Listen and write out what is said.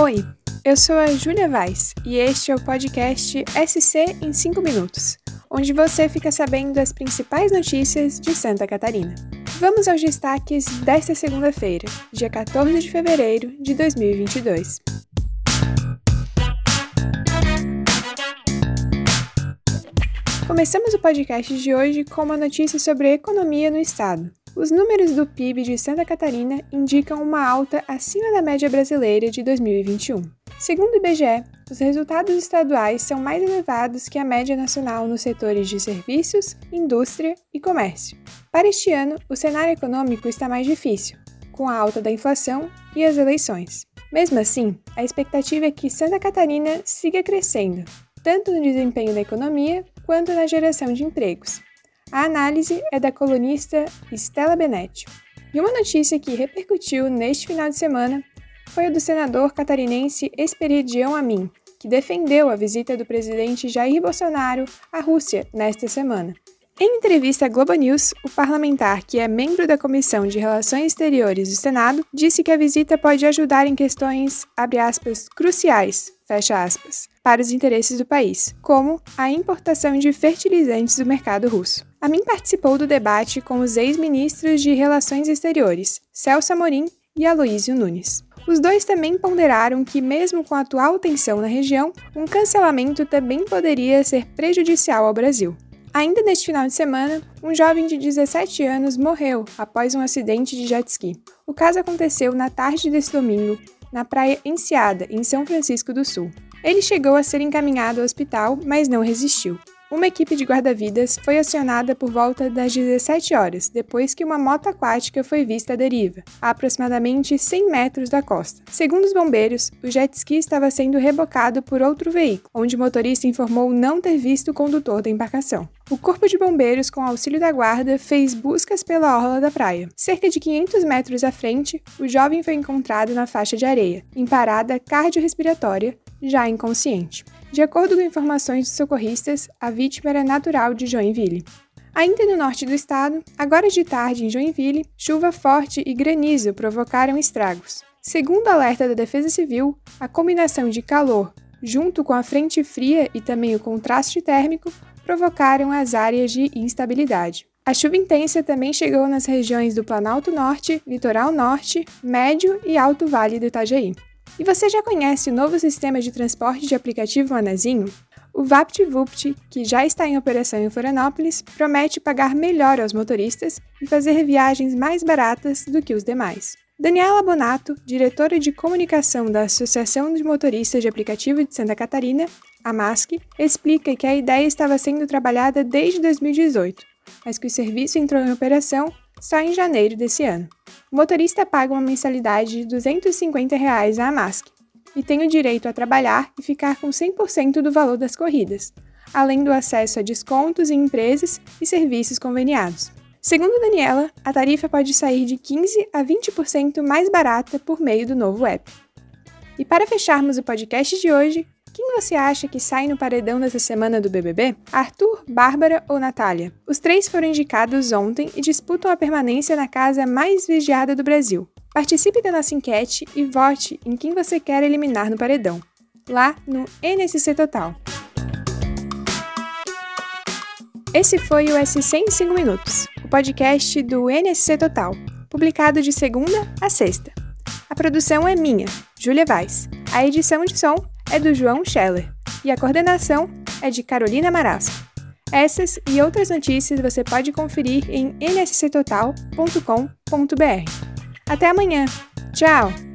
Oi, eu sou a Júlia Vaz e este é o podcast SC em 5 minutos, onde você fica sabendo as principais notícias de Santa Catarina. Vamos aos destaques desta segunda-feira, dia 14 de fevereiro de 2022. Começamos o podcast de hoje com uma notícia sobre a economia no estado. Os números do PIB de Santa Catarina indicam uma alta acima da média brasileira de 2021. Segundo o IBGE, os resultados estaduais são mais elevados que a média nacional nos setores de serviços, indústria e comércio. Para este ano, o cenário econômico está mais difícil, com a alta da inflação e as eleições. Mesmo assim, a expectativa é que Santa Catarina siga crescendo, tanto no desempenho da economia quanto na geração de empregos. A análise é da colunista Stella Benetti. E uma notícia que repercutiu neste final de semana foi a do senador catarinense Esperidião Amin, que defendeu a visita do presidente Jair Bolsonaro à Rússia nesta semana. Em entrevista à Globo News, o parlamentar, que é membro da Comissão de Relações Exteriores do Senado, disse que a visita pode ajudar em questões, abre aspas, cruciais, fecha aspas, para os interesses do país, como a importação de fertilizantes do mercado russo. Amin participou do debate com os ex-ministros de Relações Exteriores, Celso Amorim e Aloísio Nunes. Os dois também ponderaram que, mesmo com a atual tensão na região, um cancelamento também poderia ser prejudicial ao Brasil. Ainda neste final de semana, um jovem de 17 anos morreu após um acidente de jet ski. O caso aconteceu na tarde desse domingo, na praia Enseada, em São Francisco do Sul. Ele chegou a ser encaminhado ao hospital, mas não resistiu. Uma equipe de guarda-vidas foi acionada por volta das 17 horas, depois que uma moto aquática foi vista à deriva, a aproximadamente 100 metros da costa. Segundo os bombeiros, o jet ski estava sendo rebocado por outro veículo, onde o motorista informou não ter visto o condutor da embarcação. O corpo de bombeiros, com auxílio da guarda, fez buscas pela orla da praia. Cerca de 500 metros à frente, o jovem foi encontrado na faixa de areia, em parada cardiorrespiratória, já inconsciente. De acordo com informações dos socorristas, a vítima era natural de Joinville. Ainda no norte do estado, agora de tarde em Joinville, chuva forte e granizo provocaram estragos. Segundo o alerta da Defesa Civil, a combinação de calor, junto com a frente fria e também o contraste térmico, provocaram as áreas de instabilidade. A chuva intensa também chegou nas regiões do Planalto Norte, Litoral Norte, Médio e Alto Vale do Itajaí. E você já conhece o novo sistema de transporte de aplicativo Manezinho? O VaptVupt, que já está em operação em Florianópolis, promete pagar melhor aos motoristas e fazer viagens mais baratas do que os demais. Daniela Bonato, diretora de comunicação da Associação de Motoristas de Aplicativo de Santa Catarina, a AMASC, explica que a ideia estava sendo trabalhada desde 2018, mas que o serviço entrou em operação só em janeiro desse ano. O motorista paga uma mensalidade de R$ 250 à AMASC e tem o direito a trabalhar e ficar com 100% do valor das corridas, além do acesso a descontos em empresas e serviços conveniados. Segundo Daniela, a tarifa pode sair de 15% a 20% mais barata por meio do novo app. E para fecharmos o podcast de hoje, quem você acha que sai no paredão dessa semana do BBB? Arthur, Bárbara ou Natália? Os três foram indicados ontem e disputam a permanência na casa mais vigiada do Brasil. Participe da nossa enquete e vote em quem você quer eliminar no paredão, lá no NSC Total. Esse foi o SC em 5 minutos, o podcast do NSC Total, publicado de segunda a sexta. A produção é minha, Júlia Vaz. A edição de som é do João Scheller e a coordenação é de Carolina Marasco. Essas e outras notícias você pode conferir em nsctotal.com.br. Até amanhã! Tchau!